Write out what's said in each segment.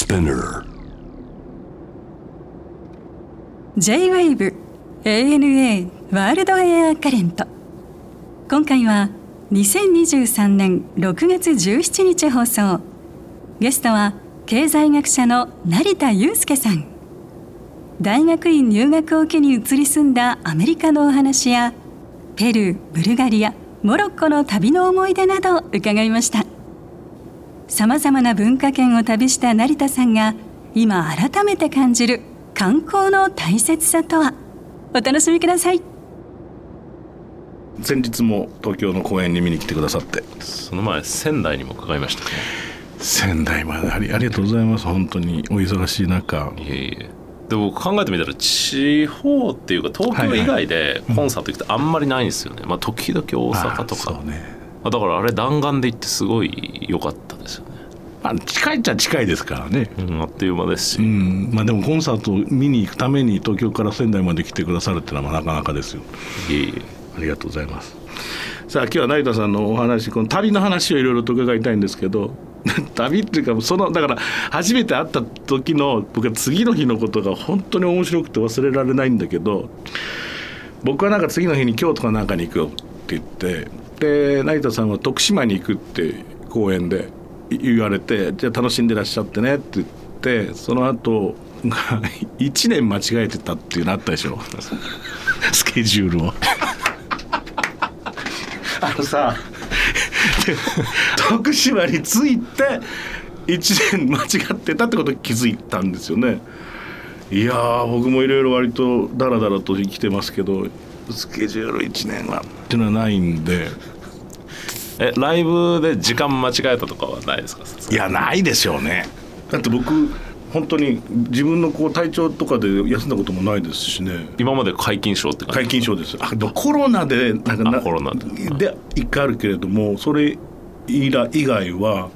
Spinner J-Wave ANA ワールドエアカレント。今回は2023年6月17日放送。ゲストは経済学者の成田悠輔さん。大学院入学を機に移り住んだアメリカのお話やペルー、ブルガリア、モロッコの旅の思い出など伺いました。さまざまな文化圏を旅した成田さんが今改めて感じる観光の大切さとは。お楽しみください。 先日も東京の公演に見に来てくださって、 その前仙台にも伺いましたね。 仙台までありがとうございます。本当にお忙しい中。 いえいえ。でも考えてみたら地方っていうか東京以外でコンサート行くとあんまりないんですよね、まあ、時々大阪とか。 そうね、 だからあれ弾丸で行ってすごい良かったですよね。 近いっちゃ近いですからね、 あっという間ですし、 でもコンサートを見に行くために東京から仙台まで来てくださるっていうのはなかなかですよ。 いえいえ。 ありがとうございます。さあ今日は成田さんのお話、この旅の話をいろいろと伺いたいんですけど旅っていうかだから初めて会った時の僕は次の日のことが本当に面白くて忘れられないんだけど、僕はなんか次の日に京都かなんかに行くよって言って、で成田さんは徳島に行くって公園で言われて、じゃあ楽しんでらっしゃってねって言って、その後1年間違えてたっていうのあったでしょスケジュールをさ徳島に着いて1年間違ってたってことに気づいたんですよね。いやー、僕もいろいろ割とダラダラと生きてますけど、スケジュール1年はっていうのはないんで。 ライブで時間間違えたとかはないですか？ いや、ないでしょうね。だって僕本当に自分の体調とかで休んだこともないですしね。 今まで皆勤賞って感じ？ 皆勤賞です。コロナでコロナで1回あるけれども、それ以外は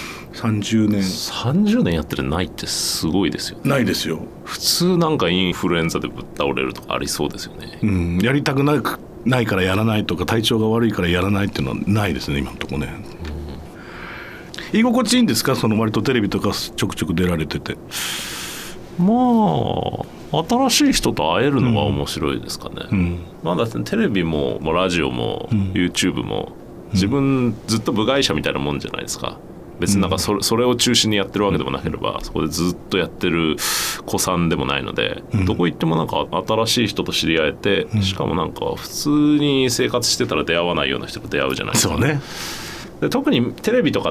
30 年やってるないってすごいですよね。 ないですよ。 普通なんかインフルエンザでぶっ倒れるとかありそうですよね。 やりたくないからやらないとか、体調が悪いからやらないっていうのはないですね、今のところね。居心地いいんですか？割とテレビとかちょくちょく出られてて。 まあ新しい人と会えるのが面白いですかね、だってテレビもラジオも、YouTube も自分ずっと部外者みたいなもんじゃないですか。別になんかそれを中心にやってるわけでもなければ、そこでずっとやってる子さんでもないので、どこ行ってもなんか新しい人と知り合えて、しかもなんか普通に生活してたら出会わないような人と出会うじゃないですか。 そうね。 で特にテレビとかって、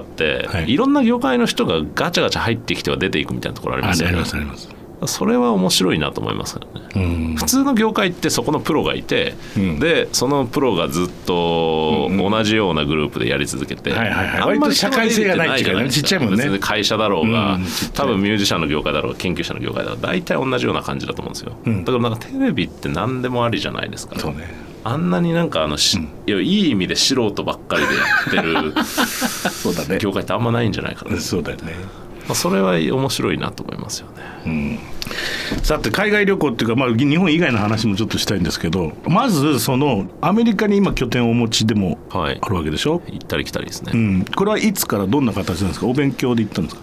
いろんな業界の人がガチャガチャ入ってきては出ていくみたいなところありますよね。 あります。 それは面白いなと思いますからね、普通の業界ってそこのプロがいて、でそのプロがずっと同じようなグループでやり続けて、 割と社会性がないっていうかね、ちっちゃいもんね。 別に会社だろうが、多分ミュージシャンの業界だろうが研究者の業界だろうが大体同じような感じだと思うんですよ、だからなんかテレビって何でもありじゃないですか。 そうね。 あんなになんかいい意味で素人ばっかりでやってるそうだね、 業界ってあんまないんじゃないかな。 そうだよね。 それは面白いなと思いますよね、 さて海外旅行っていうか、日本以外の話もちょっとしたいんですけど、まずアメリカに今拠点をお持ちでもあるわけでしょ、 行ったり来たりですね、 これはいつからどんな形なんですか？お勉強で行ったんですか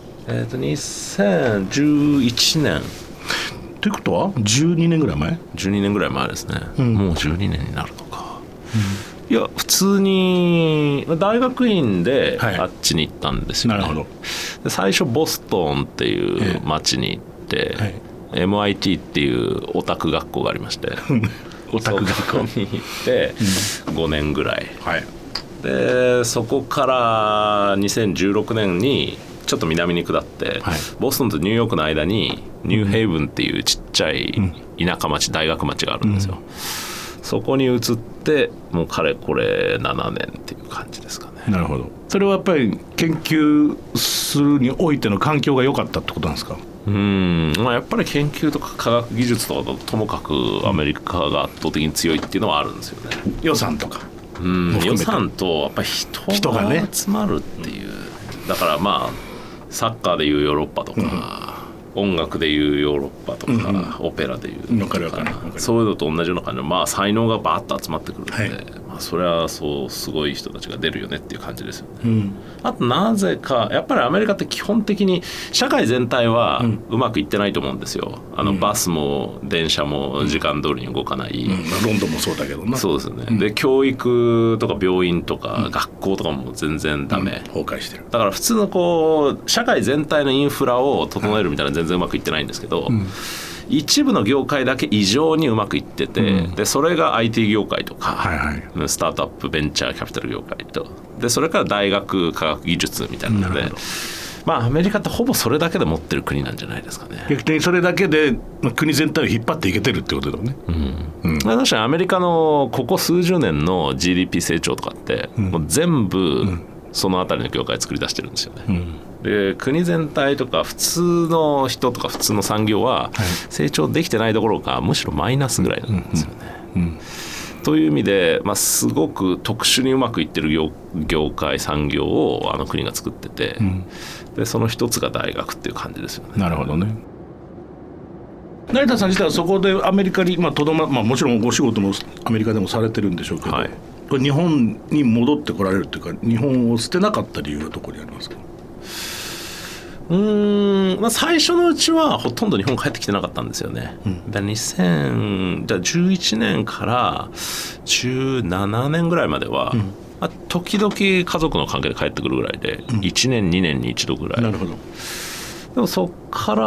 ？2011年ということは12年ぐらい前 ？12年ぐらい前ですね、もう12年になるのか、いや普通に大学院であっちに行ったんですよね、 なるほど。 で最初ボストンっていう町に行って、MIT っていうオタク学校がありましてオタク学校に行って5年ぐらい、でそこから2016年にちょっと南に下って、ボストンとニューヨークの間にニューヘイブンっていうちっちゃい田舎町、大学町があるんですよ、そこに移ってもうかれこれ7年っていう感じですかね。 なるほど。それはやっぱり研究するにおいての環境が良かったってことなんですか？ やっぱり研究とか科学技術とかともかくアメリカが圧倒的に強いっていうのはあるんですよね。 予算とか予算とやっぱり人が集まるっていう、だからサッカーでいうヨーロッパとか、音楽でいうヨーロッパとか、オペラでいうとか、そういうのと同じような感じで、才能がバーッと集まってくるので、 それはそうすごい人たちが出るよねっていう感じですよね、あとなぜかやっぱりアメリカって基本的に社会全体はうまくいってないと思うんですよ。バスも電車も時間通りに動かない、 ロンドンもそうだけどな。 そうですよね、で教育とか病院とか学校とかも全然ダメ、 崩壊してる。 だから普通のこう社会全体のインフラを整えるみたいな全然うまくいってないんですけど、一部の業界だけ異常にうまくいってて、でそれが IT 業界とか、スタートアップベンチャーキャピタル業界とでそれから大学科学技術みたいなので、アメリカってほぼそれだけで持ってる国なんじゃないですかね。 逆にそれだけで国全体を引っ張っていけてるってことだもんね。 確かにアメリカのここ数十年の GDP 成長とかって、もう全部そのあたりの業界作り出してるんですよね、で国全体とか普通の人とか普通の産業は成長できてないどころかむしろマイナスぐらいなんですよね、という意味で、すごく特殊にうまくいってる 業界産業をあの国が作ってて、でその一つが大学っていう感じですよね。 なるほどね。成田さん自体はそこでアメリカにとどま、もちろんご仕事もアメリカでもされてるんでしょうけど、これ日本に戻ってこられるというか日本を捨てなかった理由はどこにありますか？ 最初のうちはほとんど日本帰ってきてなかったんですよね、で2011年から17年ぐらいまでは、時々家族の関係で帰ってくるぐらいで、1年2年に一度ぐらい。 なるほど。 でもそっ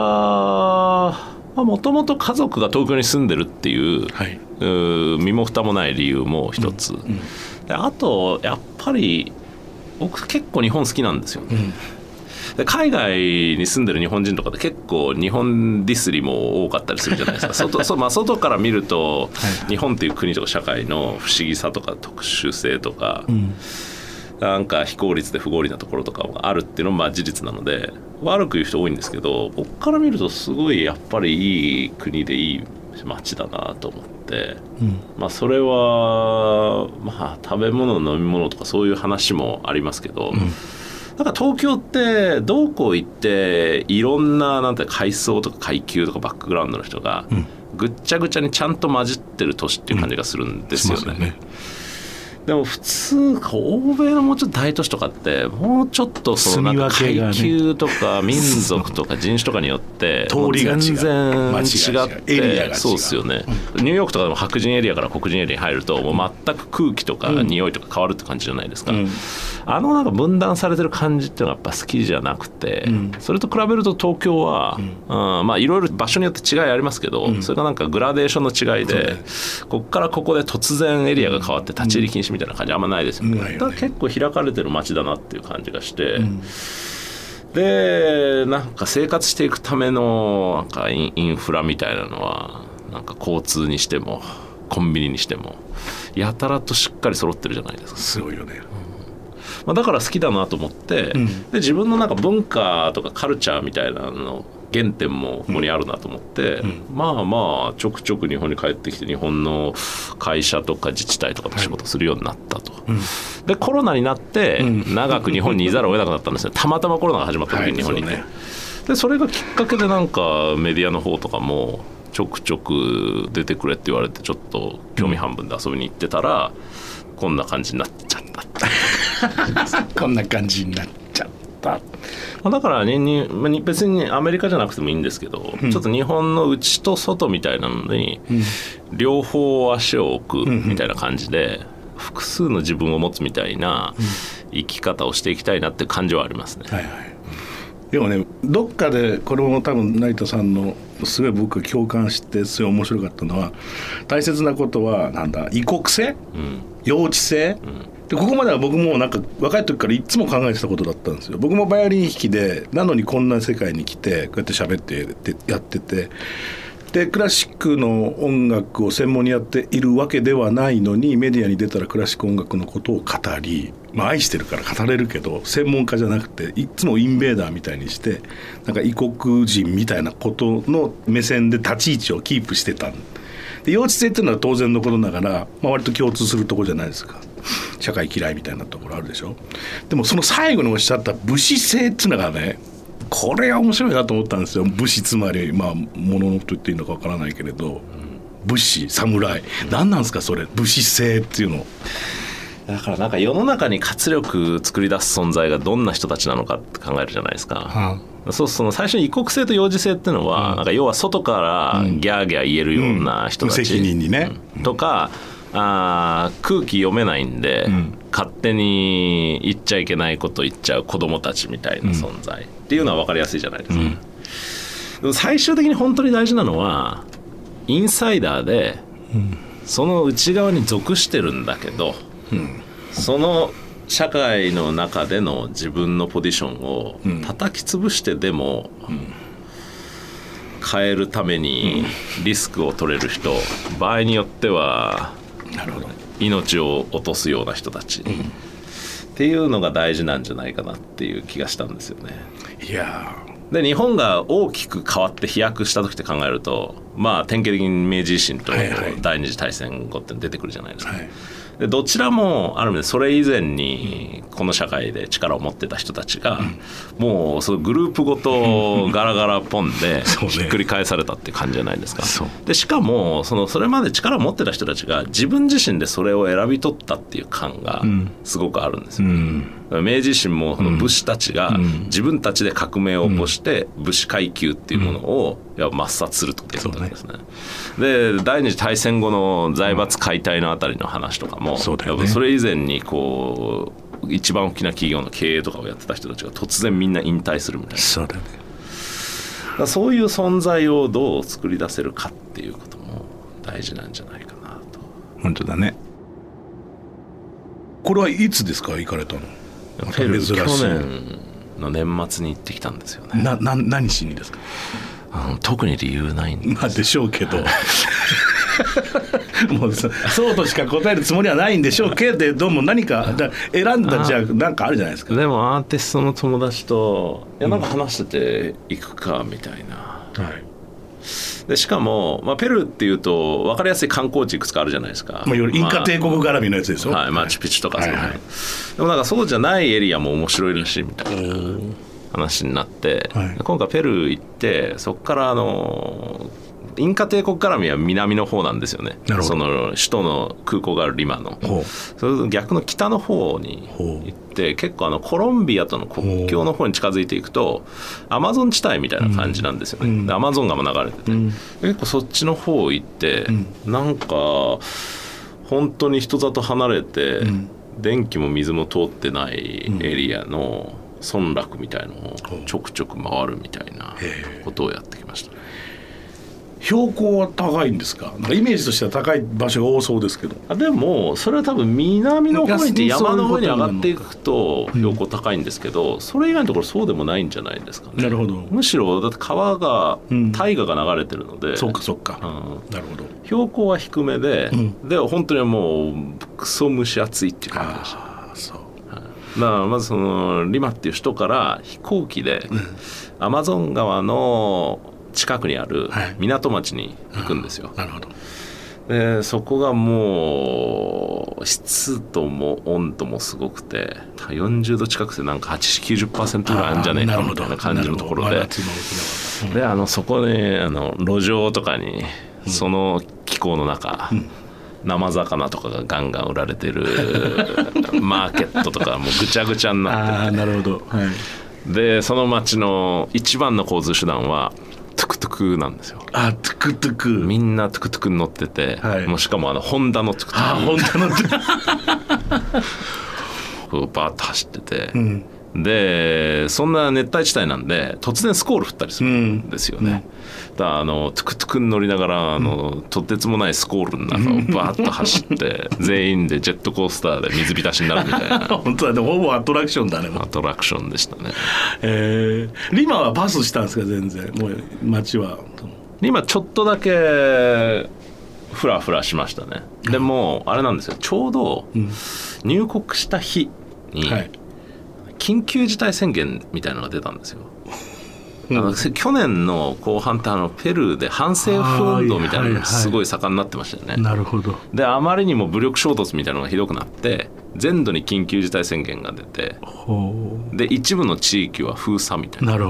からもともと家族が東京に住んでるっていう、身も蓋もない理由も一つ、であとやっぱり僕結構日本好きなんですよね、で海外に住んでる日本人とかって結構日本ディスりも多かったりするじゃないですか外から見ると、日本っていう国とか社会の不思議さとか特殊性とか、なんか非効率で不合理なところとかがあるっていうのも事実なので悪く言う人多いんですけど、僕から見るとすごいやっぱりいい国でいい街だなと思って、それは食べ物飲み物とかそういう話もありますけど、なんか東京ってどこ行っていろんな階層とか階級とかバックグラウンドの人がぐっちゃぐちゃにちゃんと混じってる都市っていう感じがするんですよね。でも普通欧米のもうちょっと大都市とかってもうちょっとその階級とか民族とか人種とかによって全然違ってそうですよね。ニューヨークとかでも白人エリアから黒人エリアに入るともう全く空気とか匂いとか変わるって感じじゃないですか、なんか分断されてる感じっていうのがやっぱ好きじゃなくて、それと比べると東京はいろいろ場所によって違いありますけど、それがなんかグラデーションの違いで、こっからここで突然エリアが変わって立ち入り禁止みたいな感じあんまないですよね。だから結構開かれてる街だなっていう感じがして、でなんか生活していくためのなんかインフラみたいなのはなんか交通にしてもコンビニにしてもやたらとしっかり揃ってるじゃないですか。 すごいよね。 だから好きだなと思って、で自分のなんか文化とかカルチャーみたいなの原点もここにあるなと思って、ちょくちょく日本に帰ってきて日本の会社とか自治体とかと仕事するようになったと、でコロナになって長く日本にいざるを得なくなったんですよ。たまたまコロナが始まった時に日本にいて、でそれがきっかけでなんかメディアの方とかもちょくちょく出てくれって言われてちょっと興味半分で遊びに行ってたら、こんな感じになっちゃったこんな感じになっちゃった。 だから別にアメリカじゃなくてもいいんですけど、ちょっと日本の内と外みたいなのに両方足を置くみたいな感じで複数の自分を持つみたいな生き方をしていきたいなっていう感じはありますね。 でもね、どっかでこれも多分成田さんのすごい僕が共感してすごい面白かったのは、大切なことは異国性、幼稚性、でここまでは僕もなんか若い時からいつも考えてたことだったんですよ。僕もバイオリン弾きでなのにこんな世界に来てこうやって喋ってやってて、でクラシックの音楽を専門にやっているわけではないのにメディアに出たらクラシック音楽のことを語り、愛してるから語れるけど専門家じゃなくていつもインベーダーみたいにしてなんか異国人みたいなことの目線で立ち位置をキープしてた。で幼稚性っていうのは当然のことながら、割と共通するところじゃないですか。社会嫌いみたいなところあるでしょ。でもその最後におっしゃった武士性っていうのがね、これは面白いなと思ったんですよ。武士つまり物のと言っていいのかわからないけれど、 武士侍、何なんですかそれ、武士性っていうの。 だからなんか世の中に活力作り出す存在がどんな人たちなのかって考えるじゃないですか、そうその最初に異国性と幼児性っていうのは、なんか要は外からギャーギャー言えるような人たち、 無責任にね、 とか空気読めないんで、勝手に言っちゃいけないこと言っちゃう子供たちみたいな存在っていうのは分かりやすいじゃないですか、でも最終的に本当に大事なのはインサイダーで、その内側に属してるんだけど、その社会の中での自分のポジションを叩き潰してでも変えるためにリスクを取れる人、場合によっては命を落とすような人たちっていうのが大事なんじゃないかなっていう気がしたんですよね。 いやで日本が大きく変わって飛躍した時って考えると、まあ典型的に明治維新と第二次大戦後って出てくるじゃないですか、でどちらもある意味でそれ以前にこの社会で力を持ってた人たちが、もうそのグループごとガラガラポンでひっくり返されたって感じじゃないですか。でしかもそれまで力を持ってた人たちが自分自身でそれを選び取ったっていう感がすごくあるんですよ、明治維新も武士たちが自分たちで革命を起こして武士階級っていうものを抹殺するということですね。で第二次大戦後の財閥解体のあたりの話とかも、それ以前にこう一番大きな企業の経営とかをやってた人たちが突然みんな引退するみたいな。 そうだね。 そういう存在をどう作り出せるかっていうことも大事なんじゃないかなと。 本当だね。これはいつですか、行かれたの？ ペルー去年の年末に行ってきたんですよね。 何しにですか？ 特に理由ないんです。 まあでしょうけどもうそうとしか答えるつもりはないんでしょうけれども、何か選んだじゃあなんかあるじゃないですか。 でもアーティストの友達となんか話してて行くかみたいな、でしかも、ペルーっていうと分かりやすい観光地いくつかあるじゃないですか、インカ帝国絡みのやつですよ、 マチュピチュとかそう、でもなんかそうじゃないエリアも面白いらしいみたいな話になって、今回ペルー行って、そこからインカ帝国絡みは南の方なんですよね。その首都の空港があるリマの、それ逆の北の方に行って、結構コロンビアとの国境の方に近づいていくとアマゾン地帯みたいな感じなんですよね、アマゾン川も流れてて、結構そっちの方行って、なんか本当に人里離れて、電気も水も通ってないエリアの村落みたいのをちょくちょく回るみたいなことをやってきましたね。 標高は高いんですか？なんかイメージとしては高い場所が多そうですけど。 でもそれは多分南の方に行って山の上に上がっていくと標高高いんですけど、それ以外のところそうでもないんじゃないですかね。 なるほど。 むしろだって川が、大河が流れてるので、 そっかそっか、なるほど。 標高は低めで、で本当にもうクソ蒸し暑いっていう感じでした。だからまずそのリマっていう首都から飛行機でアマゾン川の近くにある港町に行くんですよ、 なるほど。 でそこがもう湿度も温度もすごくて40度近くてなんか 80-90% ぐらいあるんじゃねえかみたいな感じのところで、でそこで路上とかにその気候の中、生魚とかがガンガン売られてるマーケットとかもうぐちゃぐちゃになってて、 なるほど、 でその町の一番の交通手段はトゥクトゥクなんですよ。 トゥクトゥク、 みんなトゥクトゥクに乗ってて、もうしかもホンダのトゥクトゥク、 ホンダのトゥクこうバーッと走ってて、でそんな熱帯地帯なんで突然スコール降ったりするんですよね、だからトゥクトゥクに乗りながらとてつもないスコールの中をバーッと走って全員でジェットコースターで水浸しになるみたいな本当だね、ほぼアトラクションだね。 アトラクションでしたね。 リマはパスしたんですか？全然もう街は。 今ちょっとだけフラフラしましたね。でもあれなんですよ、ちょうど入国した日に緊急事態宣言みたいなのが出たんですよ。去年の後半ってペルーで反政府運動みたいなのがすごい盛んになってましたよね。 なるほど。 であまりにも武力衝突みたいなのがひどくなって全土に緊急事態宣言が出て、で一部の地域は封鎖みたいな。 なるほど。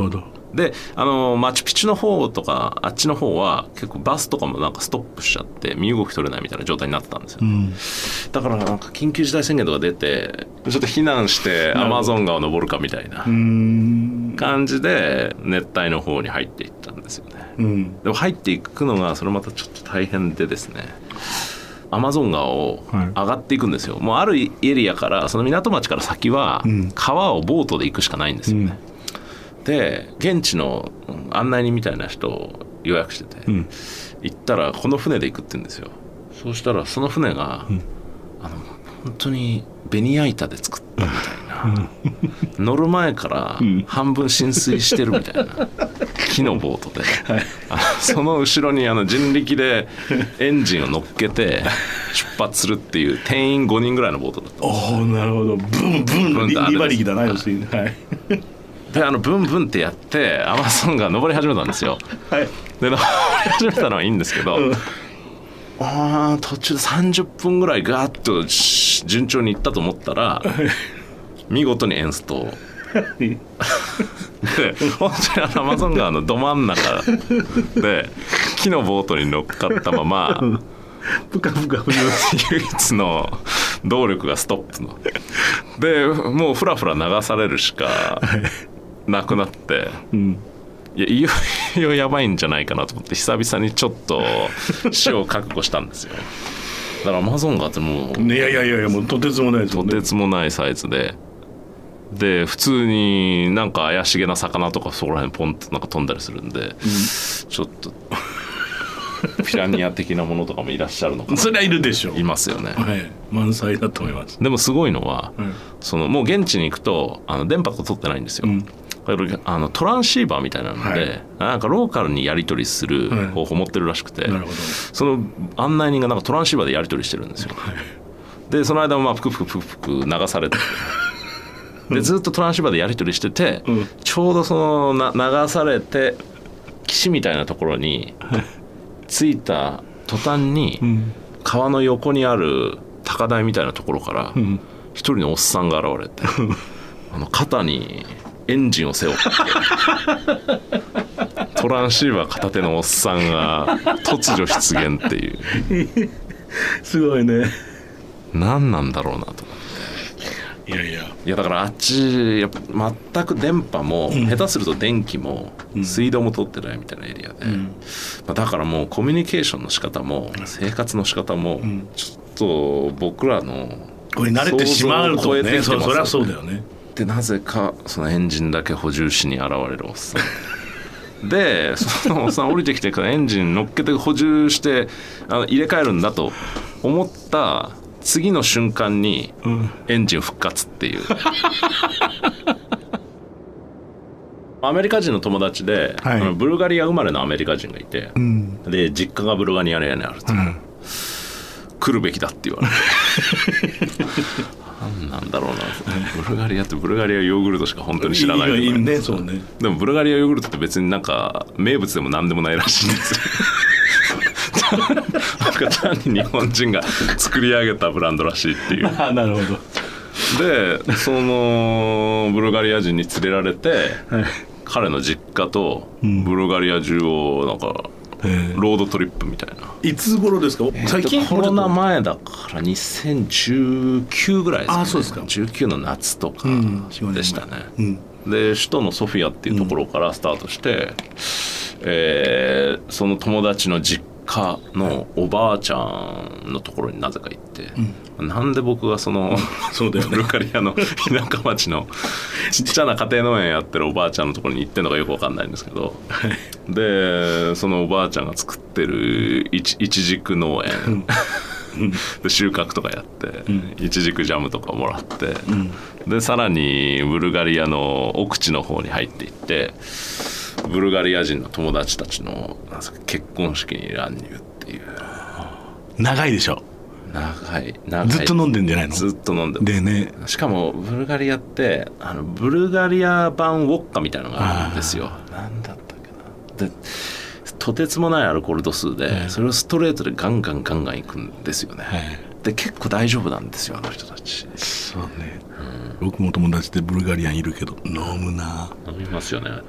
でマチュピチュの方とかあっちの方は結構バスとかもなんかストップしちゃって身動き取れないみたいな状態になってたんですよ、だからなんか緊急事態宣言とか出てちょっと避難してアマゾン川を登るかみたいな感じで熱帯の方に入っていったんですよね、でも入っていくのがそれまたちょっと大変でですね、アマゾン川を上がっていくんですよ、もうあるエリアからその港町から先は川をボートで行くしかないんですよね、で現地の案内人みたいな人を予約してて、行ったらこの船で行くって言うんですよ。そうしたらその船が、本当にベニヤ板で作ったみたいな、乗る前から半分浸水してるみたいな木のボートで、その後ろに人力でエンジンを乗っけて出発するっていう定員5人ぐらいのボートだったんです。 おお、なるほど。ブンブンの2馬力だな、要するに。はい。 でブンブンってやってアマゾンが登り始めたんですよ、はい、で登り始めたのはいいんですけど、途中で30分ぐらいガーッと順調にいったと思ったら見事にエンストで本当にアマゾン川のど真ん中で木のボートに乗っかったままぷかぷか唯一の動力がストップのでもうフラフラ流されるしかなくなって、いよいよやばいんじゃないかなと思って久々にちょっと死を覚悟したんですよ。だからアマゾン川ってもういやもうとてつもないですよね。 とてつもないサイズで普通になんか怪しげな魚とかそこら辺ポンとなんか飛んだりするんで、ちょっとピラニア的なものとかもいらっしゃるのかな。 それはいるでしょう。 いますよね、 はい、満載だと思います。 でもすごいのは、もう現地に行くと電波とか取ってないんですよ、トランシーバーみたいなので、なんかローカルにやり取りする方法を持ってるらしくて、その案内人がなんかトランシーバーでやり取りしてるんですよ、でその間もプクプク流されてでずっとトランシーバーでやり取りしてて、ちょうどその流されて岸みたいなところに着いた途端に、川の横にある高台みたいなところから一人のおっさんが現れて、肩にエンジンを背負ってトランシーバー片手のおっさんが突如出現っていうすごいね。 何なんだろうなと思って。いやだからあっちやっぱ全く電波も、下手すると電気も、水道も通ってないみたいなエリアで、だからもうコミュニケーションの仕方も、生活の仕方も、ちょっと僕らのこれ慣れてしまうとね、そりゃそうだよね。 でなぜかそのエンジンだけ補充しに現れるおっさんでそのおっさん降りてきてからエンジン乗っけて補充して入れ替えるんだと思った次の瞬間にエンジン復活っていう、アメリカ人の友達で、ブルガリア生まれのアメリカ人がいて、で実家がブルガリアにあると、来るべきだって言われて何なんだろうな、ブルガリアってブルガリアヨーグルトしか本当に知らないいいね、そうね。 でもブルガリアヨーグルトって別になんか名物でも何でもないらしいんですよなんか単に日本人が作り上げたブランドらしいっていうなるほど。 でそのブルガリア人に連れられて、彼の実家とブルガリア中をなんかロードトリップみたいな。 いつ頃ですか？最近？ コロナ前だから2019ぐらいですかね。 そうですか。 19の夏とかでしたね、で首都のソフィアっていうところからスタートして、その友達の実家のおばあちゃんのところになぜか行って、なんで僕がそのそうだよね、 ブルガリアの田舎町のちっちゃな家庭農園やってるおばあちゃんのところに行ってるのかよく分かんないんですけど、でそのおばあちゃんが作ってるいちじく農園で収穫とかやって、いちじくジャムとかもらって、でさらにブルガリアの奥地の方に入っていって、ブルガリア人の友達たちの結婚式に乱入っていう。 長いでしょ。 長いずっと飲んでんじゃないの？ずっと飲んででね。 しかもブルガリアってブルガリア版ウォッカみたいなのがあるんですよ。なんだったっけな。でとてつもないアルコール度数で、それをストレートでガンガンいくんですよね、で結構大丈夫なんですよ、あの人たち。 そうね、僕も友達でブルガリアンいるけど飲むな。 飲みますよね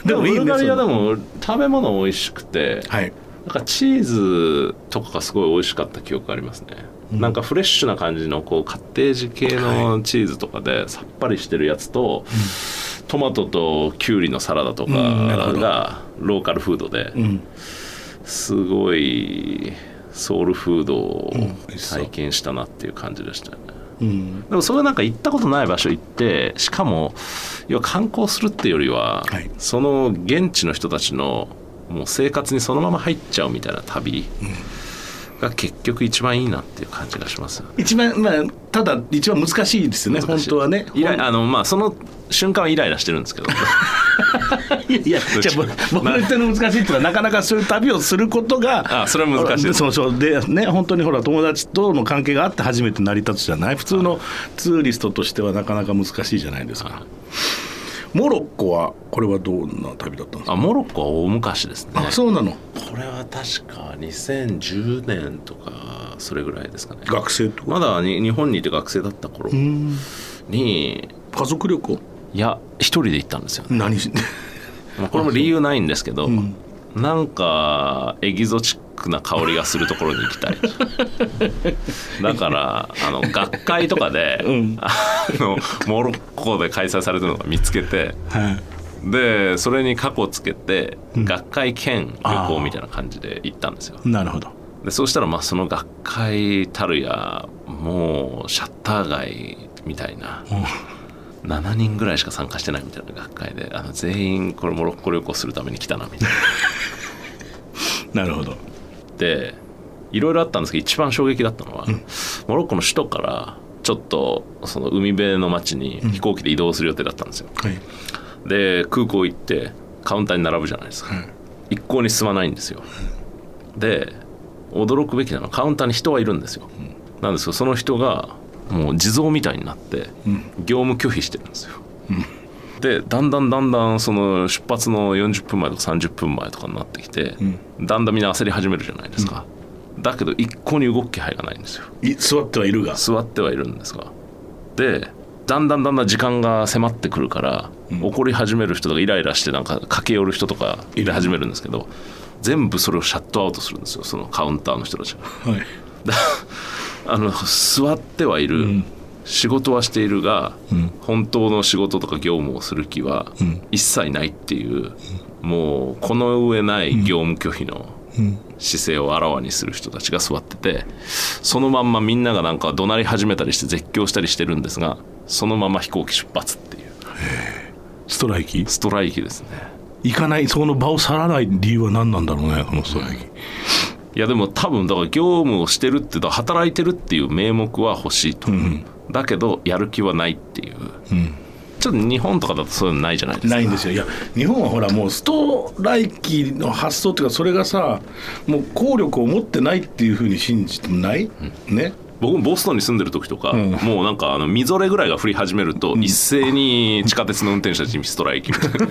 でもブルガリアでも食べ物美味しくて、 はい、 なんかチーズとかがすごい美味しかった記憶ありますね、なんかフレッシュな感じのこうカッテージ系のチーズとかでさっぱりしてるやつと、トマトとキュウリのサラダとかがローカルフードで、すごいソウルフードを体験したなっていう感じでしたよね、でもそれなんか行ったことない場所行って、しかも要は観光するっていうよりは、その現地の人たちのもう生活にそのまま入っちゃうみたいな旅が結局一番いいなっていう感じがします。 一番、ただ一番難しいですよね、本当はね。 その瞬間はイライラしてるんですけどいやじゃあ僕の言ってるの難しいっていうのは、なかなかそういう旅をすることがそれは難しいです。 そうでね、本当にほら友達との関係があって初めて成り立つじゃない。普通のツーリストとしてはなかなか難しいじゃないですか。モロッコはこれはどんな旅だったんですか。 モロッコは大昔ですね。 そうなの。 これは確か2010年とかそれぐらいですかね。 学生とかまだ日本にいて学生だった頃に。 家族旅行。 いや一人で行ったんですよね。 何しこれも理由ないんですけど、なんかエキゾチックな香りがするところに行きたいだから学会とかで、モロッコで開催されてるのが見つけて、でそれに過去つけて、学会兼旅行みたいな感じで行ったんですよ。 なるほど。 でそうしたらその学会たるやもうシャッター街みたいな、7人ぐらいしか参加してないみたいな学会で、全員これモロッコ旅行するために来たなみたいななるほど。 でいろいろあったんですけど、一番衝撃だったのは、モロッコの首都からちょっとその海辺の町に飛行機で移動する予定だったんですよ、で空港行ってカウンターに並ぶじゃないですか、一向に進まないんですよ、で驚くべきなのはカウンターに人はいるんですよ、なんですけどその人がもう地蔵みたいになって業務拒否してるんですよ、でだんだんその出発の40分前とか30分前とかになってきて、だんだんみんな焦り始めるじゃないですか、だけど一向に動く気配がないんですよ。 座ってはいるが座ってはいるんですが、でだんだん時間が迫ってくるから、怒り始める人とかイライラしてなんか駆け寄る人とかい始めるんですけど、全部それをシャットアウトするんですよ、そのカウンターの人たちが、座ってはいる、仕事はしているが、本当の仕事とか業務をする気は一切ないっていう、もうこの上ない業務拒否の姿勢をあらわにする人たちが座ってて、そのまんまみんながなんか怒鳴り始めたりして絶叫したりしてるんですが、そのまま飛行機出発っていう。 ストライキですね。 行かない、その場を去らない理由は何なんだろうね、このストライキ。 いやでも多分だから業務をしてるって働いてるっていう名目は欲しいと、だけどやる気はないっていう、ちょっと日本とかだとそういうのないじゃないですか。 ないんですよ。いや日本はほらもうストライキの発想っていうか、それがさもう効力を持ってないっていうふうに信じてもない、ね。 僕もボストンに住んでる時とか、もうなんかみぞれぐらいが降り始めると、一斉に地下鉄の運転手たちにストライキみたい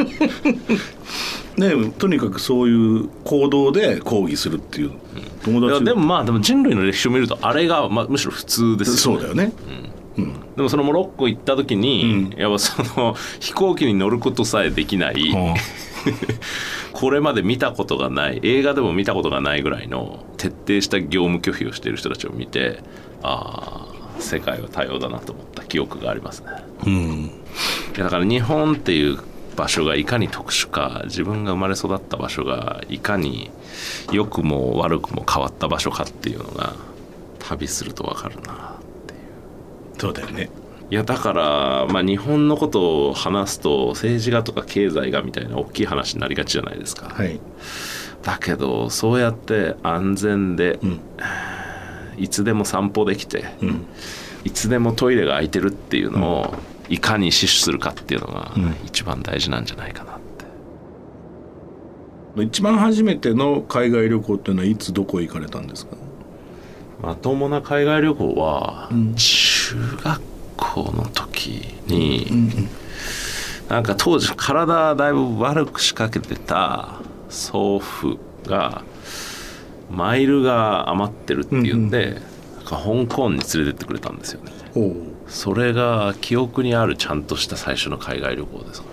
なね、とにかくそういう行動で抗議するっていう友達。 でも人類の歴史を見るとあれが、むしろ普通ですよね。 そうだよね、 でもそのモロッコ行った時に、やっぱその飛行機に乗ることさえできない、これまで見たことがない、映画でも見たことがないぐらいの徹底した業務拒否をしている人たちを見て、世界は多様だなと思った記憶がありますね、いやだから日本っていう場所がいかに特殊か、自分が生まれ育った場所がいかに良くも悪くも変わった場所かっていうのが旅すると分かるなっていう。 そうだよね。 いやだから、日本のことを話すと政治がとか経済がみたいな大きい話になりがちじゃないですか、だけどそうやって安全で、いつでも散歩できて、いつでもトイレが空いてるっていうのをいかに死守するかっていうのが一番大事なんじゃないかなって、 一番初めての海外旅行っていうのはいつどこ行かれたんですか。 まともな海外旅行は中学校の時に、なんか当時体だいぶ悪く仕掛けてた祖父がマイルが余ってるっていうんで、香港に連れてってくれたんですよね。それが記憶にあるちゃんとした最初の海外旅行ですか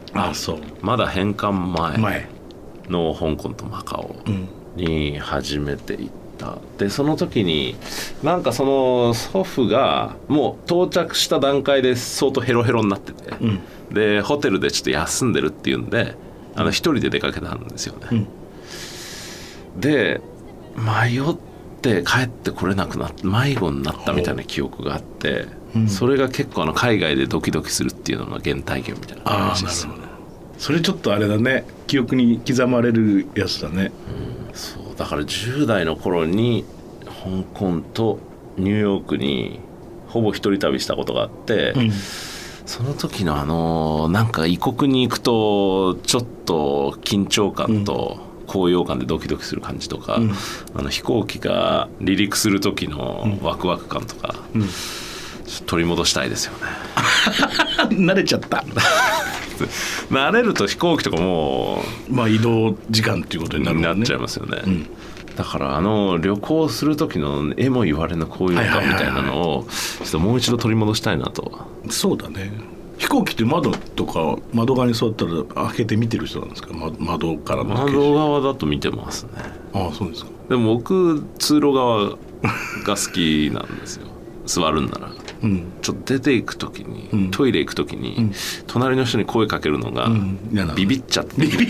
あ、そう。 まだ返還前の香港とマカオに初めて行った。でその時になんかその祖父がもう到着した段階で相当ヘロヘロになってて、でホテルでちょっと休んでるっていうんで一人で出かけたんですよね、で迷って帰ってこれなくなって迷子になったみたいな記憶があって、それが結構海外でドキドキするっていうのが原体験みたいな感じですよね。 それちょっとあれだね、記憶に刻まれるやつだね、 そうだから10代の頃に香港とニューヨークにほぼ一人旅したことがあって、その時のなんか異国に行くとちょっと緊張感と高揚感でドキドキする感じとか、飛行機が離陸する時のワクワク感とか、取り戻したいですよね慣れちゃった慣れると飛行機とかも移動時間っていうことになるもんね、 なっちゃいますよね、だから旅行する時の絵も言われぬ高揚感みたいなのをちょっともう一度取り戻したいなと。 そうだね。飛行機って窓とか窓側に座ったら開けて見てる人なんですか？窓からの窓側だと見てますね。 ああ、そうですか。 でも僕通路側が好きなんですよ座るんなら、ちょっと出ていく時に、トイレ行く時に、隣の人に声かけるのが、ビビっちゃってい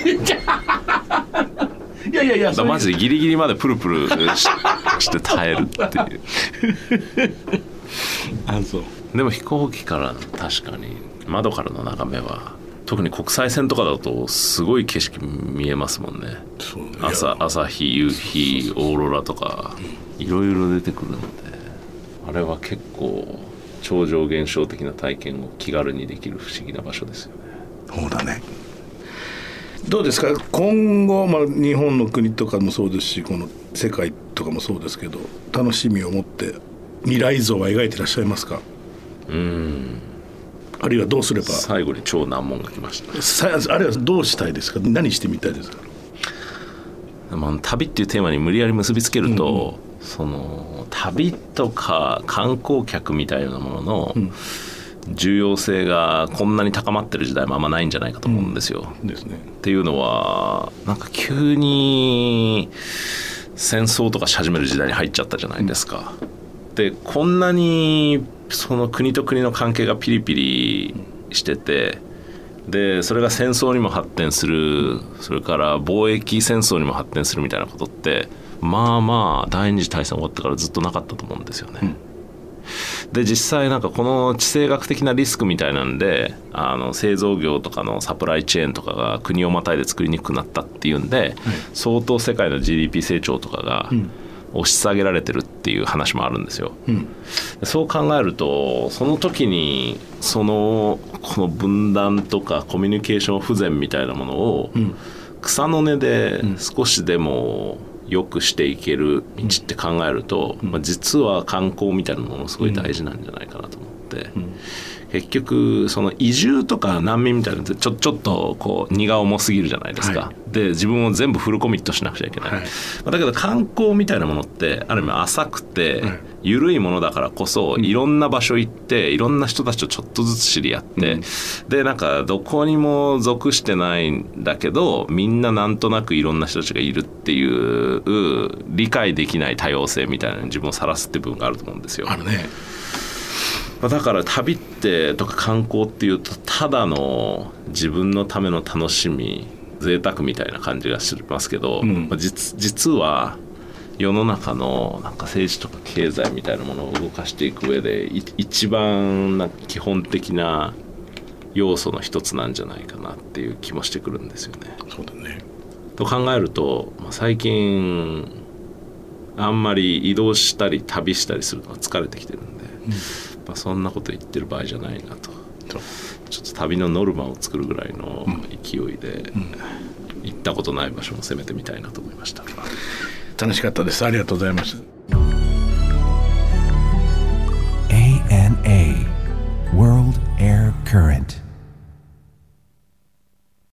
やマジでギリギリまでプルプルして耐えるっていうあ、そう。でも飛行機から確かに窓からの眺めは特に国際線とかだとすごい景色見えますもんね。 そうね、 朝日夕日オーロラとかいろいろ出てくるので、あれは結構超常現象的な体験を気軽にできる不思議な場所ですよね。 そうだね。どうですか今後、日本の国とかもそうですしこの世界とかもそうですけど、楽しみを持って未来像は描いてらっしゃいますか？あるいはどうすれば。 最後に超難問が来ました。 あるいはどうしたいですか？何してみたいですか？ 旅っていうテーマに無理やり結びつけると、その旅とか観光客みたいなものの重要性がこんなに高まってる時代もあんまないんじゃないかと思うんですよ、 ですね。 っていうのはなんか急に戦争とかし始める時代に入っちゃったじゃないですか、でこんなにその国と国の関係がピリピリしてて、でそれが戦争にも発展する、それから貿易戦争にも発展するみたいなことって第二次大戦終わってからずっとなかったと思うんですよね、で実際なんかこの地政学的なリスクみたいなんで製造業とかのサプライチェーンとかが国をまたいで作りにくくなったっていうんで、相当世界の GDP 成長とかが押し下げられてるっていう話もあるんですよ、そう考えるとその時にこの分断とかコミュニケーション不全みたいなものを草の根で少しでも良くしていける道って考えると、実は観光みたいなものすごい大事なんじゃないかなと思って、結局その移住とか難民みたいなのってちょっとこう荷が重すぎるじゃないですか、で自分を全部フルコミットしなくちゃいけない、だけど観光みたいなものってある意味浅くて緩いものだからこそ、いろんな場所行っていろんな人たちとちょっとずつ知り合って、でなんかどこにも属してないんだけどみんななんとなくいろんな人たちがいるっていう理解できない多様性みたいなのに自分をさらすって部分があると思うんですよ。 あるね。 だから旅ってとか観光っていうとただの自分のための楽しみ贅沢みたいな感じがしますけど、実は世の中のなんか政治とか経済みたいなものを動かしていく上で一番基本的な要素の一つなんじゃないかなっていう気もしてくるんですよね。 そうだね。 と考えると、最近あんまり移動したり旅したりするのは疲れてきてるんで、そんなこと言ってる場合じゃないなと、ちょっと旅のノルマを作るぐらいの勢いで、行ったことない場所も攻めてみたいなと思いました。 楽しかったです。ありがとうございました。